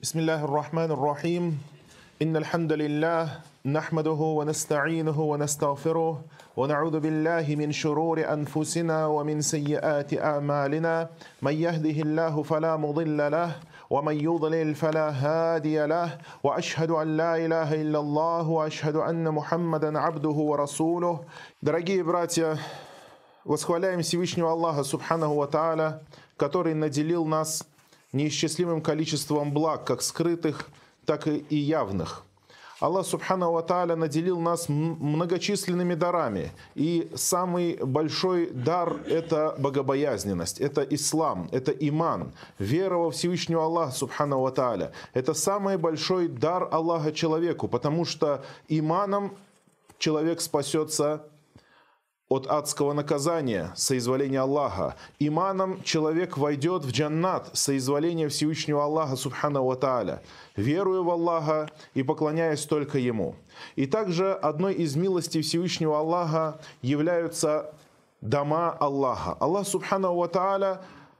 بسم الله الرحمن الرحيم إن الحمد لله نحمده ونستعينه ونستغفره ونعوذ بالله من شرور أنفسنا ومن سيئات أعمالنا من يهده الله فلا مضل له ومن يضلل فلا هادي له وأشهد أن لا إله إلا الله وأشهد أن محمدا عبده ورسوله. Дорогие братья, восхваляем Всевышнего Аллаха Субханаху ва Тааля, который наделил нас неисчислимым количеством благ, как скрытых, так и явных. Аллах Субханаху ва Тааля наделил нас многочисленными дарами. И самый большой дар – это богобоязненность, это ислам, это иман, вера во Всевышнего Аллаха Субханаху ва Тааля. Это самый большой дар Аллаха человеку, потому что иманом человек спасется от адского наказания, соизволения Аллаха. Иманом человек войдет в джаннат, соизволение Всевышнего Аллаха Субханаху ва Тааля, веруя в Аллаха и поклоняясь только Ему. И также одной из милостей Всевышнего Аллаха являются дома Аллаха. Аллах Субханаху ва Тааля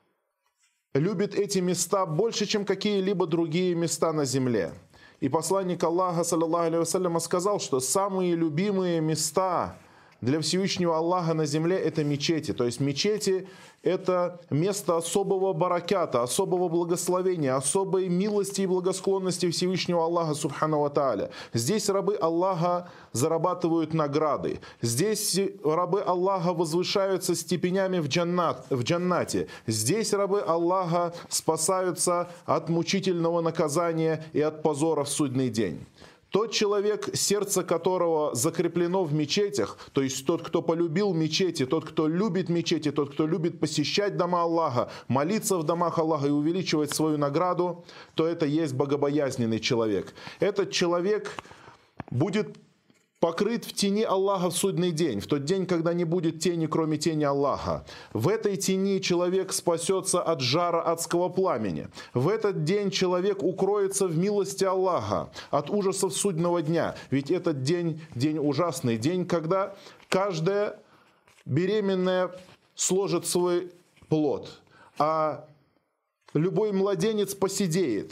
любит эти места больше, чем какие-либо другие места на земле. И посланник Аллаха, саллаллаху алейхи вассалям, сказал, что самые любимые места для Всевышнего Аллаха на земле – это мечети. То есть мечети – это место особого баракята, особого благословения, особой милости и благосклонности Всевышнего Аллаха Субханаху ва Тааля. Здесь рабы Аллаха зарабатывают награды. Здесь рабы Аллаха возвышаются степенями в джаннате. Здесь рабы Аллаха спасаются от мучительного наказания и от позора в судный день. Тот человек, сердце которого закреплено в мечетях, то есть тот, кто полюбил мечети, тот, кто любит мечети, тот, кто любит посещать дома Аллаха, молиться в домах Аллаха и увеличивать свою награду, то это есть богобоязненный человек. Этот человек будет покрыт в тени Аллаха в судный день, в тот день, когда не будет тени, кроме тени Аллаха. В этой тени человек спасется от жара адского пламени. В этот день человек укроется в милости Аллаха от ужасов судного дня. Ведь этот день ужасный, день, когда каждая беременная сложит свой плод, а любой младенец посидеет.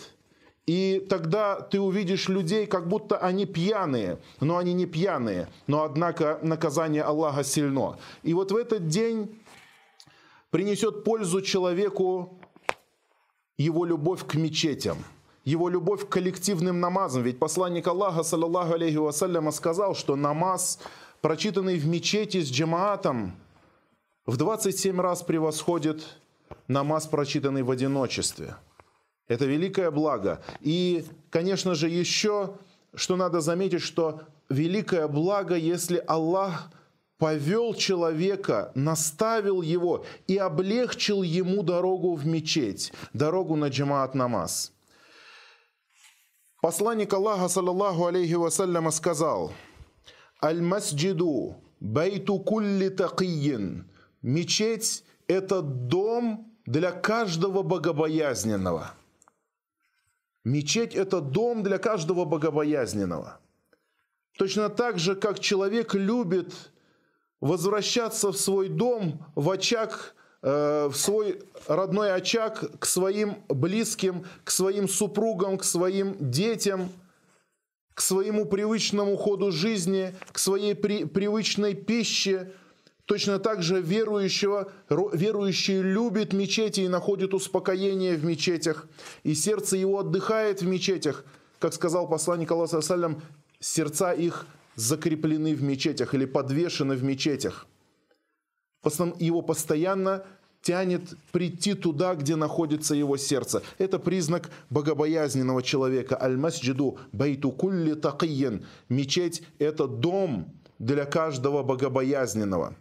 И тогда ты увидишь людей, как будто они пьяные, но они не пьяные, но однако наказание Аллаха сильно. И вот в этот день принесет пользу человеку его любовь к мечетям, его любовь к коллективным намазам. Ведь посланник Аллаха, саллаллаху алейхи вассалям, сказал, что намаз, прочитанный в мечети с джамаатом, в 27 раз превосходит намаз, прочитанный в одиночестве. Это великое благо. И, конечно же, еще, что надо заметить, что великое благо, если Аллах повел человека, наставил его и облегчил ему дорогу в мечеть, дорогу на джамаат намаз. Посланник Аллаха, саллаллаху алейхи вассалям, сказал: «Аль-масджиду байту кулли такийин». Мечеть – это дом для каждого богобоязненного. Мечеть – это дом для каждого богобоязненного. Точно так же, как человек любит возвращаться в свой дом, в очаг, в свой родной очаг, к своим близким, к своим супругам, к своим детям, к своему привычному ходу жизни, к своей привычной пище. Точно так же верующий любит мечети и находит успокоение в мечетях. И сердце его отдыхает в мечетях. Как сказал посланник Аллаха, саллям, сердца их закреплены в мечетях или подвешены в мечетях. Его постоянно тянет прийти туда, где находится его сердце. Это признак богобоязненного человека. Аль-масджиду байту кулли такийин. Мечеть – это дом для каждого богобоязненного.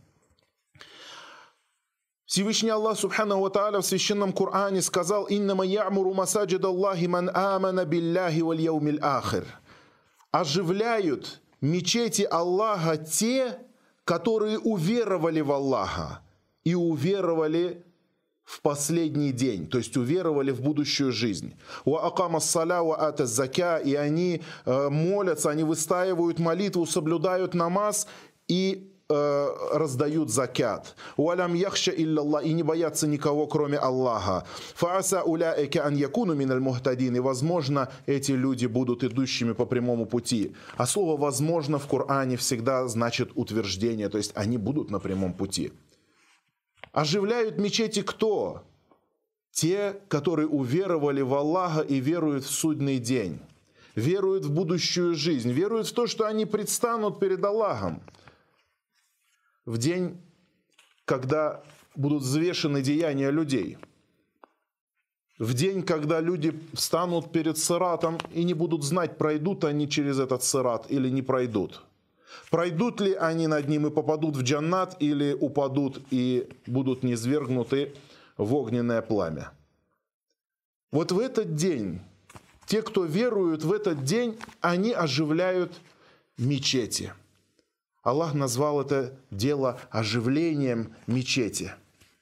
Всевышний Аллах Субханаху ва Тааля в священном Коране сказал: «Иннама я'муру масаджид Аллахи ман амана билляхи валь яумиль ахир». Оживляют мечети Аллаха те, которые уверовали в Аллаха и уверовали в последний день, то есть уверовали в будущую жизнь. «Ва акама ссаля ва ата закя», и они молятся, они выстаивают молитву, соблюдают намаз и раздают закят. «Уалям яхша илляллах» и не боятся никого, кроме Аллаха. «Фааса уляйка ан якуну миналь мухтадин» и, возможно, эти люди будут идущими по прямому пути. А слово «возможно» в Коране всегда значит утверждение, то есть они будут на прямом пути. Оживляют мечети кто? Те, которые уверовали в Аллаха и веруют в судный день, веруют в будущую жизнь, веруют в то, что они предстанут перед Аллахом. В день, когда будут взвешены деяния людей. В день, когда люди встанут перед сиратом и не будут знать, пройдут они через этот сират или не пройдут. Пройдут ли они над ним и попадут в джаннат, или упадут и будут низвергнуты в огненное пламя. Вот в этот день, те, кто веруют в этот день, они оживляют мечети. Аллах назвал это дело оживлением мечети.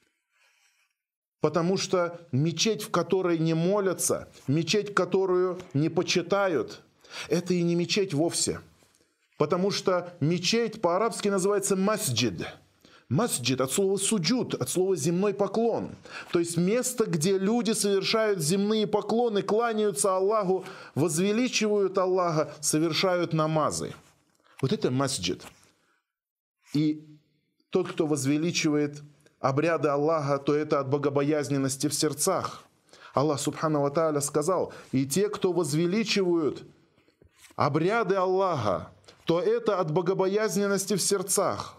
Потому что мечеть, в которой не молятся, мечеть, которую не почитают, это и не мечеть вовсе. Потому что мечеть по-арабски называется масджид. Масджид от слова суджуд, от слова земной поклон. То есть место, где люди совершают земные поклоны, кланяются Аллаху, возвеличивают Аллаха, совершают намазы. Вот это масджид. И тот, кто возвеличивает обряды Аллаха, то это от богобоязненности в сердцах. Аллах Субхану ва Тааля сказал: и те, кто возвеличивают обряды Аллаха, то это от богобоязненности в сердцах.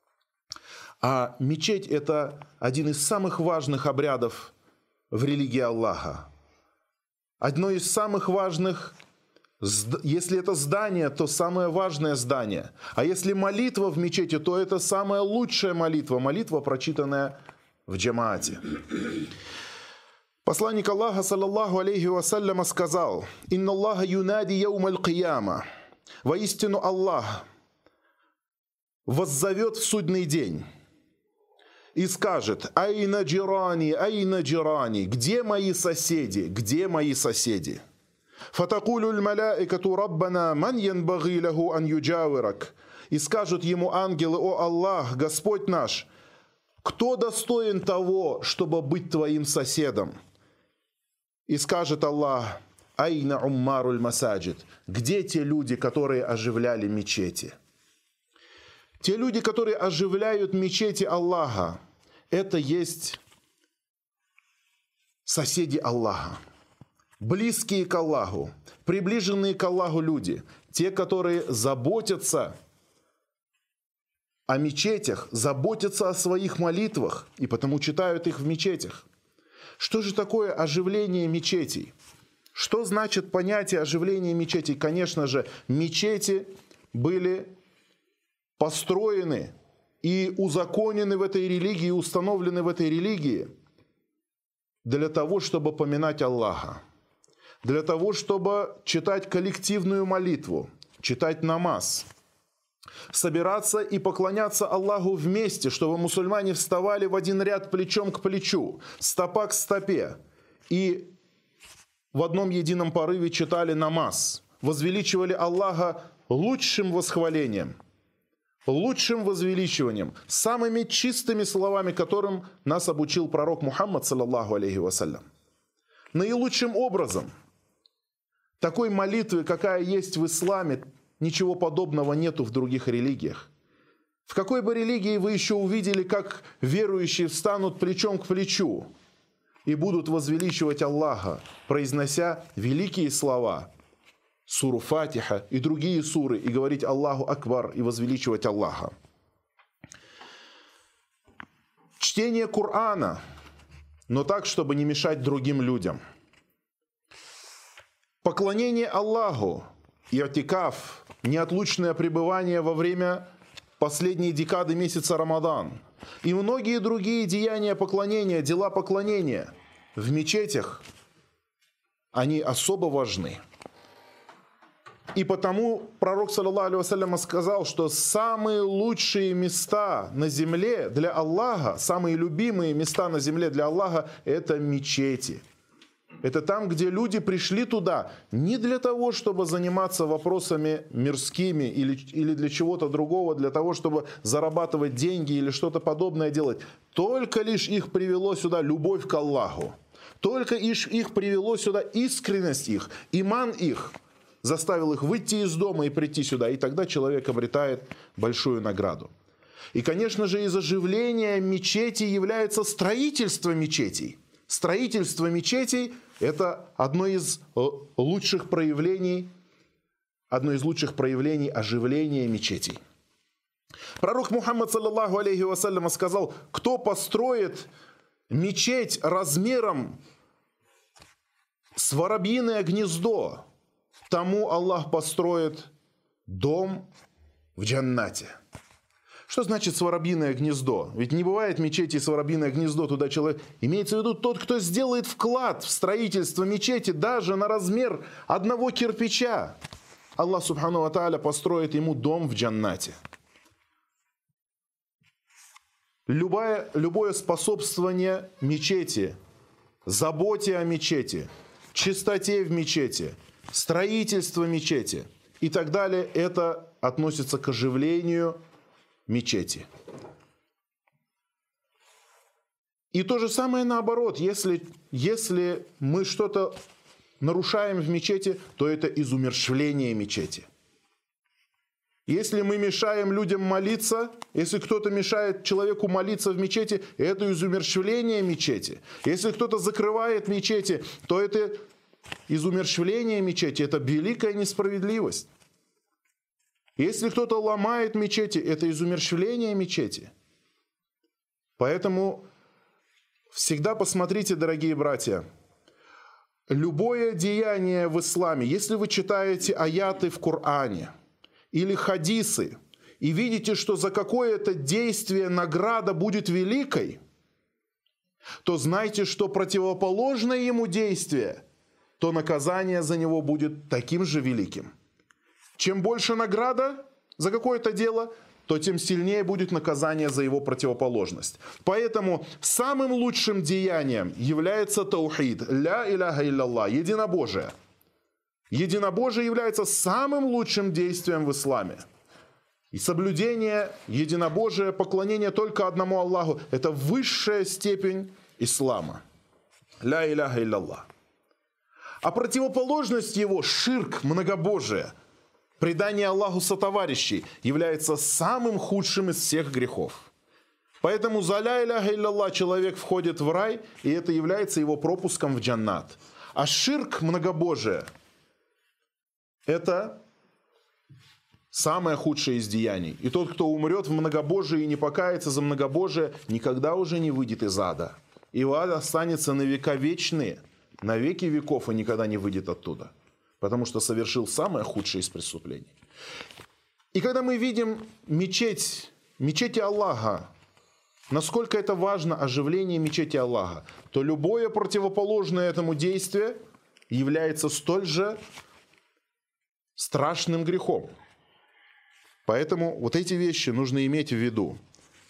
А мечеть – это один из самых важных обрядов в религии Аллаха. Одно из самых важных, если это здание, то самое важное здание. А если молитва в мечети, то это самая лучшая молитва, молитва, прочитанная в джамаате. Посланник Аллаха, саллаллаху алейхи вассаляма, сказал: «Инна Аллаха юнади яумаль кияма». Воистину Аллах воззовет в судный день и скажет: «Айна джирани, где мои соседи, где мои соседи?» «Фатакулю аль-маляикату раббана ман янбаги лаху ан юджавирак». И скажут ему ангелы: «О Аллах, Господь наш, кто достоин того, чтобы быть твоим соседом?» И скажет Аллах: «Айна уммаруль масаджид». Где те люди, которые оживляли мечети? Те люди, которые оживляют мечети Аллаха, это есть соседи Аллаха, близкие к Аллаху, приближенные к Аллаху люди, те, которые заботятся о мечетях, заботятся о своих молитвах и потому читают их в мечетях. Что же такое оживление мечетей? Что значит понятие оживления мечетей? Конечно же, мечети были построены и узаконены в этой религии, установлены в этой религии для того, чтобы поминать Аллаха, для того, чтобы читать коллективную молитву, читать намаз, собираться и поклоняться Аллаху вместе, чтобы мусульмане вставали в один ряд плечом к плечу, стопа к стопе и в одном едином порыве читали намаз, возвеличивали Аллаха лучшим восхвалением, лучшим возвеличиванием, самыми чистыми словами, которым нас обучил пророк Мухаммад, саллаллаху алейхи вассалям. Наилучшим образом. Такой молитвы, какая есть в исламе, ничего подобного нету в других религиях. В какой бы религии вы еще увидели, как верующие встанут плечом к плечу и будут возвеличивать Аллаха, произнося великие слова, суру Фатиха и другие суры, и говорить Аллаху Акбар и возвеличивать Аллаха. Чтение Корана, но так, чтобы не мешать другим людям. Поклонение Аллаху, и'тикаф, неотлучное пребывание во время последней декады месяца Рамадан и многие другие деяния поклонения, дела поклонения в мечетях, они особо важны. И потому пророк, саллаллаху алейхи вассалям, сказал, что самые лучшие места на земле для Аллаха, самые любимые места на земле для Аллаха – это мечети. Это там, где люди пришли туда не для того, чтобы заниматься вопросами мирскими или для чего-то другого, для того, чтобы зарабатывать деньги или что-то подобное делать. Только лишь их привело сюда любовь к Аллаху. Только их привело сюда искренность их, иман их. Заставил их выйти из дома и прийти сюда. И тогда человек обретает большую награду. И, конечно же, из оживления мечети является строительство мечетей. Строительство мечетей – это одно из лучших проявлений оживления мечетей. Пророк Мухаммад, саллаллаху алейхи вассалям, сказал: кто построит мечеть размером с воробьиное гнездо, тому Аллах построит дом в джаннате. Что значит с воробьиное гнездо? Ведь не бывает мечети с воробьиное гнездо, туда человек... Имеется в виду тот, кто сделает вклад в строительство мечети даже на размер одного кирпича. Аллах субхану ва тааля построит ему дом в джаннате. Любое способствование мечети, заботе о мечети, чистоте в мечети, строительство мечети и так далее, это относится к оживлению мечети. И то же самое наоборот. Если мы что-то нарушаем в мечети, то это изумерщвление мечети. Если мы мешаем людям молиться, если кто-то мешает человеку молиться в мечети, это изумерщвление мечети. Если кто-то закрывает мечети, то это изумерщвление мечети, это великая несправедливость. Если кто-то ломает мечети, это изумерщвление мечети. Поэтому всегда посмотрите, дорогие братья, любое деяние в исламе, если вы читаете аяты в Коране или хадисы и видите, что за какое-то действие награда будет великой, то знайте, что противоположное ему действие, то наказание за него будет таким же великим. Чем больше награда за какое-то дело, то тем сильнее будет наказание за его противоположность. Поэтому самым лучшим деянием является таухид, ля иляха илляллах, единобожие. Единобожие является самым лучшим действием в исламе. И соблюдение единобожия, поклонение только одному Аллаху – это высшая степень ислама. Ля иляха илляллах. А противоположность его – ширк, многобожие, предание Аллаху сотоварищей, является самым худшим из всех грехов. Поэтому за ля иляха илляллах человек входит в рай, и это является его пропуском в джаннат. А ширк, многобожие – это самое худшее из деяний. И тот, кто умрет в многобожии и не покается за многобожие, никогда уже не выйдет из ада. И ад останется на века вечные, на веки веков, и никогда не выйдет оттуда. Потому что совершил самое худшее из преступлений. И когда мы видим мечети Аллаха, насколько это важно оживление мечети Аллаха, то любое противоположное этому действие является столь же страшным грехом. Поэтому вот эти вещи нужно иметь в виду.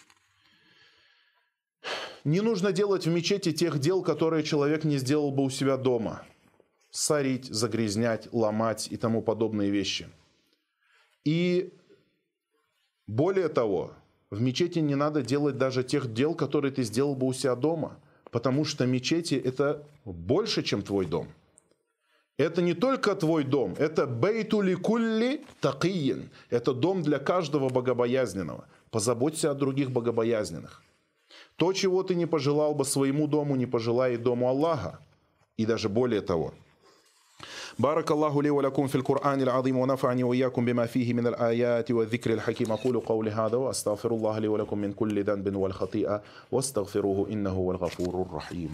Не нужно делать в мечети тех дел, которые человек не сделал бы у себя дома. Сорить, загрязнять, ломать и тому подобные вещи. И более того, в мечети не надо делать даже тех дел, которые ты сделал бы у себя дома. Потому что мечети – это больше, чем твой дом. Это не только твой дом, это бейту ли кулли такийин. Это дом для каждого богобоязненного. Позаботься о других богобоязненных. То, чего ты не пожелал бы своему дому, не пожелай и дому Аллаха. И даже более того. بارك الله لي ولكم في القرآن العظيم ونفعني وإياكم بما فيه من الآيات والذكر الحكيم أقول قولي هذا وأستغفر الله لي ولكم من كل ذنب والخطيئة واستغفروه إنه هو الغفور الرحيم.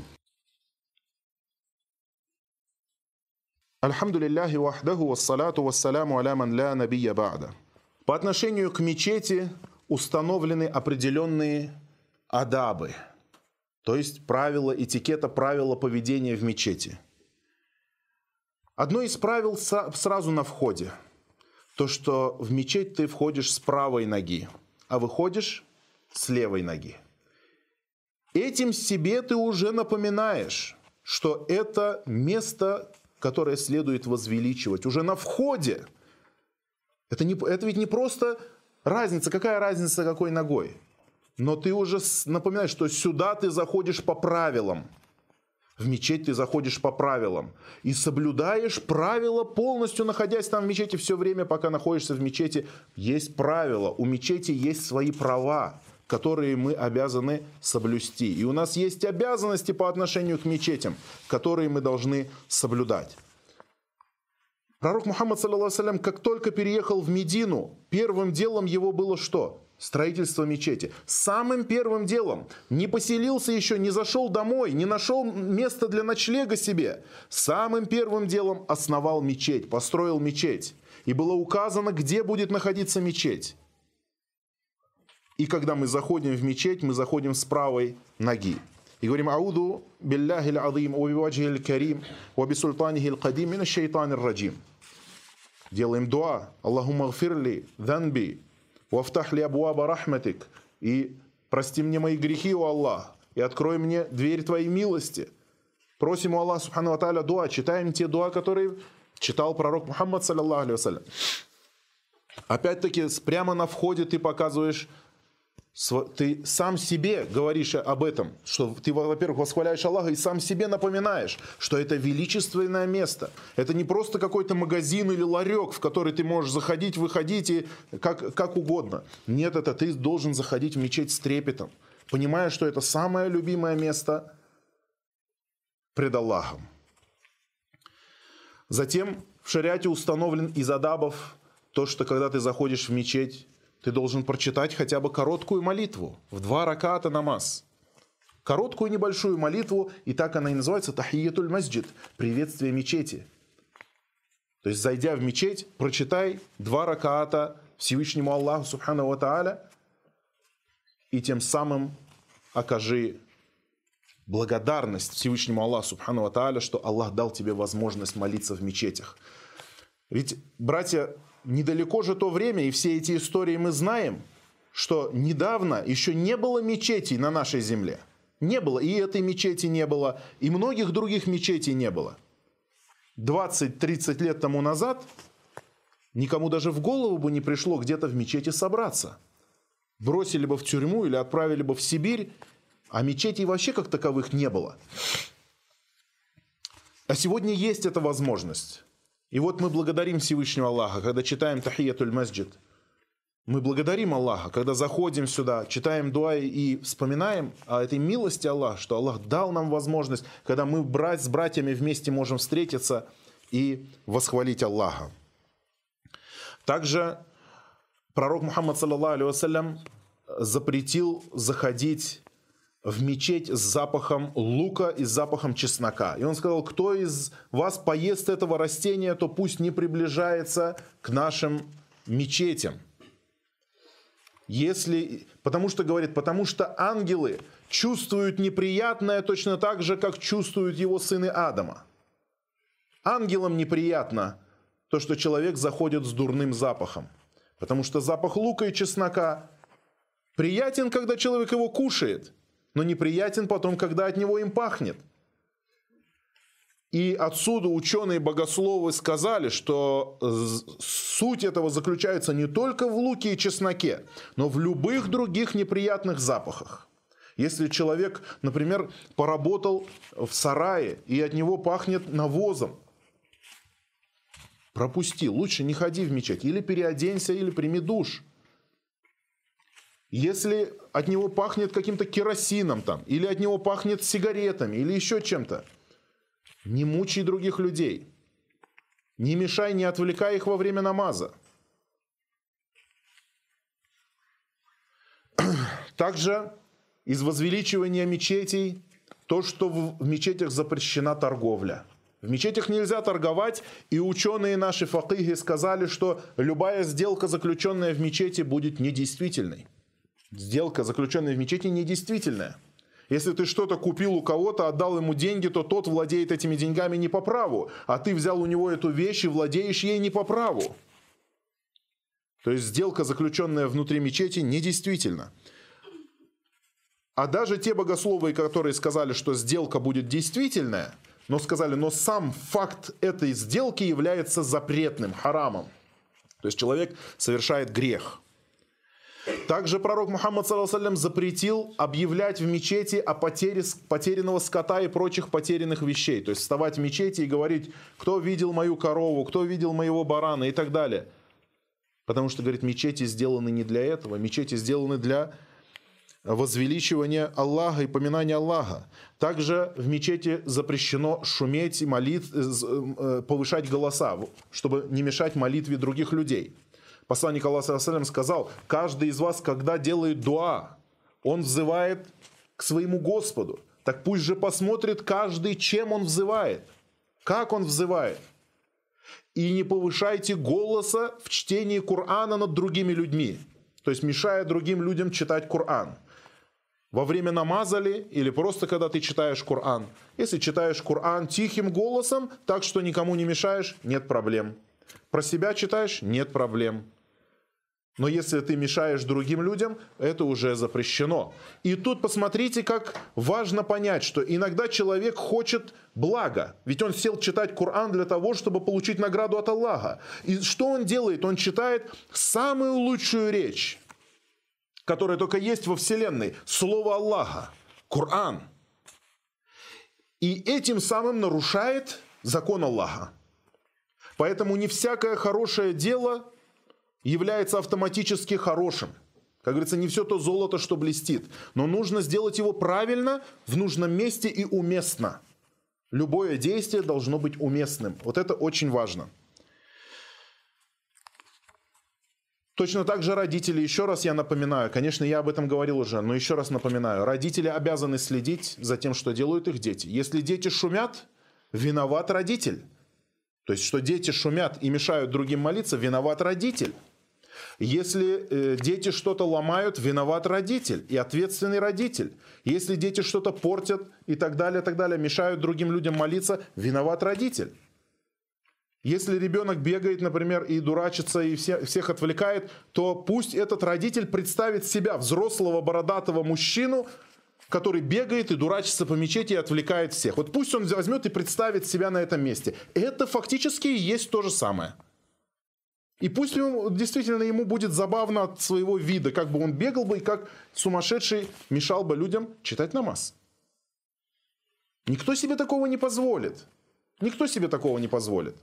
الحمد لله وحده والصلاة والسلام على من لا نبي بعده. По отношению к мечети установлены определенные адабы, то есть правила этикета, правила поведения в мечети. Одно из правил сразу на входе. То, что в мечеть ты входишь с правой ноги, а выходишь с левой ноги. Этим себе ты уже напоминаешь, что это место, которое следует возвеличивать. Уже на входе. Это ведь не просто разница. Какая разница, какой ногой? Но ты уже напоминаешь, что сюда ты заходишь по правилам. В мечеть ты заходишь по правилам. И соблюдаешь правила, полностью находясь там в мечети все время, пока находишься в мечети. Есть правила. У мечети есть свои права, которые мы обязаны соблюсти. И у нас есть обязанности по отношению к мечетям, которые мы должны соблюдать. Пророк Мухаммад, ﷺ, как только переехал в Медину, первым делом его было что? Строительство мечети. Самым первым делом. Не поселился еще, не зашел домой, не нашел места для ночлега себе. Самым первым делом основал мечеть, построил мечеть. И было указано, где будет находиться мечеть. И когда мы заходим в мечеть, мы заходим с правой ноги. И говорим: «Ауду билляхи л-азим, ва биваджихи л-карим, ва бисултанихи л-кадим, мина шайтани р-раджим». Делаем дуа. «Аллахумма гфирли данби, вафтахли абуаба рахматик». И прости мне мои грехи, о Аллах, и открой мне дверь твоей милости. Просим у Аллаха субхану ва тааля дуа. Читаем те дуа, которые читал пророк Мухаммад, саллаллаху алейхи вассалям. Опять-таки, прямо на входе ты показываешь, ты сам себе говоришь об этом, что ты, во-первых, восхваляешь Аллаха и сам себе напоминаешь, что это величественное место. Это не просто какой-то магазин или ларек, в который ты можешь заходить, выходить и как угодно. Нет, это ты должен заходить в мечеть с трепетом, понимая, что это самое любимое место пред Аллахом. Затем в шариате установлен из адабов то, что когда ты заходишь в мечеть, ты должен прочитать хотя бы короткую молитву. В 2 раката намаз. Короткую небольшую молитву. И так она и называется тахиятуль масджид. Приветствие мечети. То есть, зайдя в мечеть, прочитай 2 раката Всевышнему Аллаху субхану ва тааля. И тем самым окажи благодарность Всевышнему Аллаху субхану ва тааля, что Аллах дал тебе возможность молиться в мечетях. Ведь, братья, недалеко же то время, и все эти истории мы знаем, что недавно еще не было мечетей на нашей земле. Не было. И этой мечети не было, и многих других мечетей не было. 20-30 лет тому назад никому даже в голову бы не пришло где-то в мечети собраться. Бросили бы в тюрьму или отправили бы в Сибирь, а мечетей вообще как таковых не было. А сегодня есть эта возможность. И вот мы благодарим Всевышнего Аллаха, когда читаем тахиятуль масджид. Мы благодарим Аллаха, когда заходим сюда, читаем дуа и вспоминаем о этой милости Аллаха, что Аллах дал нам возможность, когда мы с братьями вместе можем встретиться и восхвалить Аллаха. Также пророк Мухаммад, саллаллаху алейхи вассалям, запретил заходить в мечеть с запахом лука и с запахом чеснока. И он сказал: кто из вас поест этого растения, то пусть не приближается к нашим мечетям. Потому что ангелы чувствуют неприятное точно так же, как чувствуют его сыны Адама. Ангелам неприятно то, что человек заходит с дурным запахом. Потому что запах лука и чеснока приятен, когда человек его кушает, но неприятен потом, когда от него им пахнет. И отсюда ученые-богословы сказали, что суть этого заключается не только в луке и чесноке, но в любых других неприятных запахах. Если человек, например, поработал в сарае, и от него пахнет навозом, пропусти, лучше не ходи в мечеть. Или переоденься, или прими душ. Если от него пахнет каким-то керосином там, или от него пахнет сигаретами, или еще чем-то, не мучай других людей. Не мешай, не отвлекай их во время намаза. Также из возвеличивания мечетей то, что в мечетях запрещена торговля. В мечетях нельзя торговать, и ученые наши факихи сказали, что любая сделка, заключенная в мечети, будет недействительной. Сделка, заключенная в мечети, недействительная. Если ты что-то купил у кого-то, отдал ему деньги, то тот владеет этими деньгами не по праву, а ты взял у него эту вещь и владеешь ей не по праву. То есть сделка, заключенная внутри мечети, недействительна. А даже те богословы, которые сказали, что сделка будет действительная, но сказали, но сам факт этой сделки является запретным, харамом. То есть человек совершает грех. Также пророк Мухаммад ﷺ запретил объявлять в мечети о потере потерянного скота и прочих потерянных вещей. То есть вставать в мечети и говорить, кто видел мою корову, кто видел моего барана и так далее. Потому что, говорит, мечети сделаны не для этого. Мечети сделаны для возвеличивания Аллаха и поминания Аллаха. Также в мечети запрещено шуметь и повышать голоса, чтобы не мешать молитве других людей. Посланник Аллаха сказал, каждый из вас, когда делает дуа, он взывает к своему Господу. Так пусть же посмотрит каждый, чем он взывает, как он взывает. И не повышайте голоса в чтении Корана над другими людьми, то есть мешая другим людям читать Коран. Во время намаза ли, или просто когда ты читаешь Коран. Если читаешь Коран тихим голосом, так что никому не мешаешь, нет проблем. Про себя читаешь, нет проблем. Но если ты мешаешь другим людям, это уже запрещено. И тут посмотрите, как важно понять, что иногда человек хочет блага. Ведь он сел читать Коран для того, чтобы получить награду от Аллаха. И что он делает? Он читает самую лучшую речь, которая только есть во Вселенной. Слово Аллаха. Коран. И этим самым нарушает закон Аллаха. Поэтому не всякое хорошее дело является автоматически хорошим. Как говорится, не все то золото, что блестит. Но нужно сделать его правильно, в нужном месте и уместно. Любое действие должно быть уместным. Вот это очень важно. Точно так же родители, еще раз я напоминаю, конечно, я об этом говорил уже, но еще раз напоминаю, родители обязаны следить за тем, что делают их дети. Если дети шумят, виноват родитель. То есть, что дети шумят и мешают другим молиться, виноват родитель. Если дети что-то ломают, виноват родитель и ответственный родитель. Если дети что-то портят и так далее, мешают другим людям молиться, виноват родитель. Если ребенок бегает, например, и дурачится, и всех отвлекает, то пусть этот родитель представит себя, взрослого бородатого мужчину, который бегает и дурачится по мечети и отвлекает всех. Вот пусть он возьмет и представит себя на этом месте. Это фактически и есть то же самое. И пусть действительно ему будет забавно от своего вида, как бы он бегал бы и как сумасшедший мешал бы людям читать намаз. Никто себе такого не позволит. Никто себе такого не позволит.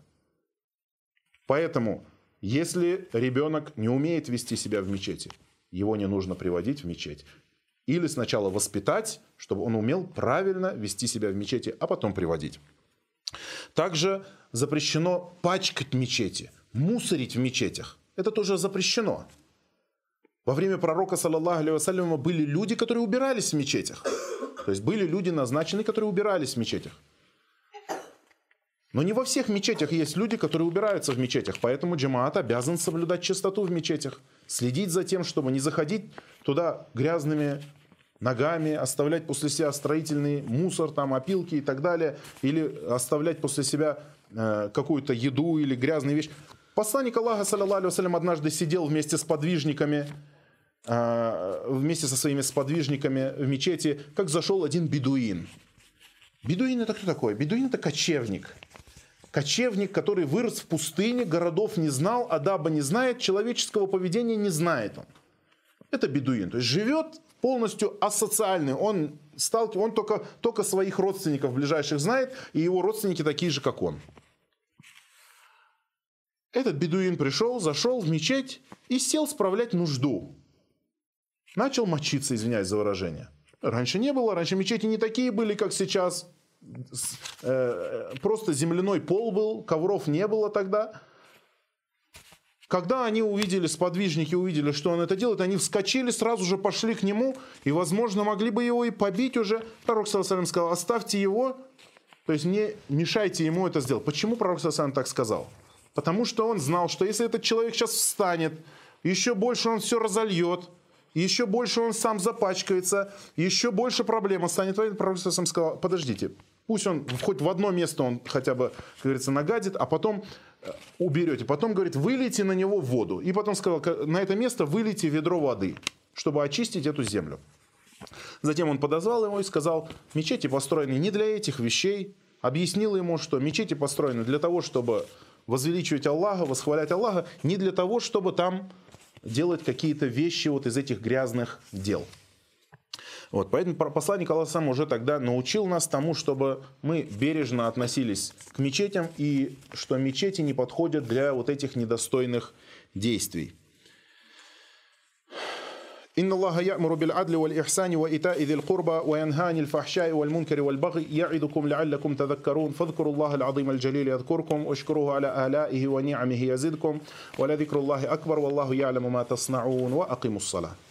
Поэтому, если ребенок не умеет вести себя в мечети, его не нужно приводить в мечеть. Или сначала воспитать, чтобы он умел правильно вести себя в мечети, а потом приводить. Также запрещено пачкать мечети, мусорить в мечетях. Это тоже запрещено. Во время пророка, саллаллаху алейхи вассаляма, были люди, которые убирались в мечетях. То есть были люди назначенные, которые убирались в мечетях. Но не во всех мечетях есть люди, которые убираются в мечетях. Поэтому джамаат обязан соблюдать чистоту в мечетях. Следить за тем, чтобы не заходить туда грязными ногами, оставлять после себя строительный мусор, там, опилки и так далее. Или оставлять после себя какую-то еду или грязные вещи. Посланник Аллаха, саллаллаху алейхи вассалям, однажды сидел вместе с подвижниками, вместе со своими сподвижниками в мечети, как зашел один бедуин. Бедуин — это кто такой? Бедуин — это кочевник. Кочевник, который вырос в пустыне, городов не знал, адаба не знает, человеческого поведения не знает он. Это бедуин. То есть живет полностью асоциальный. Он только своих родственников ближайших знает, и его родственники такие же, как он. Этот бедуин пришел, зашел в мечеть и сел справлять нужду. Начал мочиться, извиняюсь за выражение. Раньше не было, раньше мечети не такие были, как сейчас. Просто земляной пол был, ковров не было тогда. Когда они увидели, сподвижники увидели, что он это делает, они вскочили, сразу же пошли к нему, и, возможно, могли бы его и побить уже. Пророк саллаллаху алейхи вассалям сказал: оставьте его, то есть не мешайте ему это сделать. Почему пророк саллаллаху алейхи вассалям так сказал? Потому что он знал, что если этот человек сейчас встанет, еще больше он все разольет, еще больше он сам запачкается, еще больше проблем станет. Пророк саллаллаху алейхи вассалям сказал: подождите, пусть он хоть в одно место он хотя бы, как говорится, нагадит, а потом уберете. Потом, говорит, вылейте на него воду. И потом сказал: на это место вылейте ведро воды, чтобы очистить эту землю. Затем он подозвал его и сказал: мечети построены не для этих вещей. Объяснил ему, что мечети построены для того, чтобы возвеличивать Аллаха, восхвалять Аллаха, не для того, чтобы там делать какие-то вещи вот из этих грязных дел. Вот, поэтому посланник Аллаха сам уже тогда научил нас тому, чтобы мы бережно относились к мечетям и что мечети не подходят для вот этих недостойных действий. إن الله يأمر بالعدل والإحسان وإيتاء ذي القربى وينهى عن الفحشاء والمنكر والبغي يعظكم لعلكم تذكرون فاذكروا الله العظيم الجليل يذكركم واشكروه على آلائه ونعمه يزدكم ولذكر الله أكبر والله يعلم ما تصنعون وأقيموا الصلاة.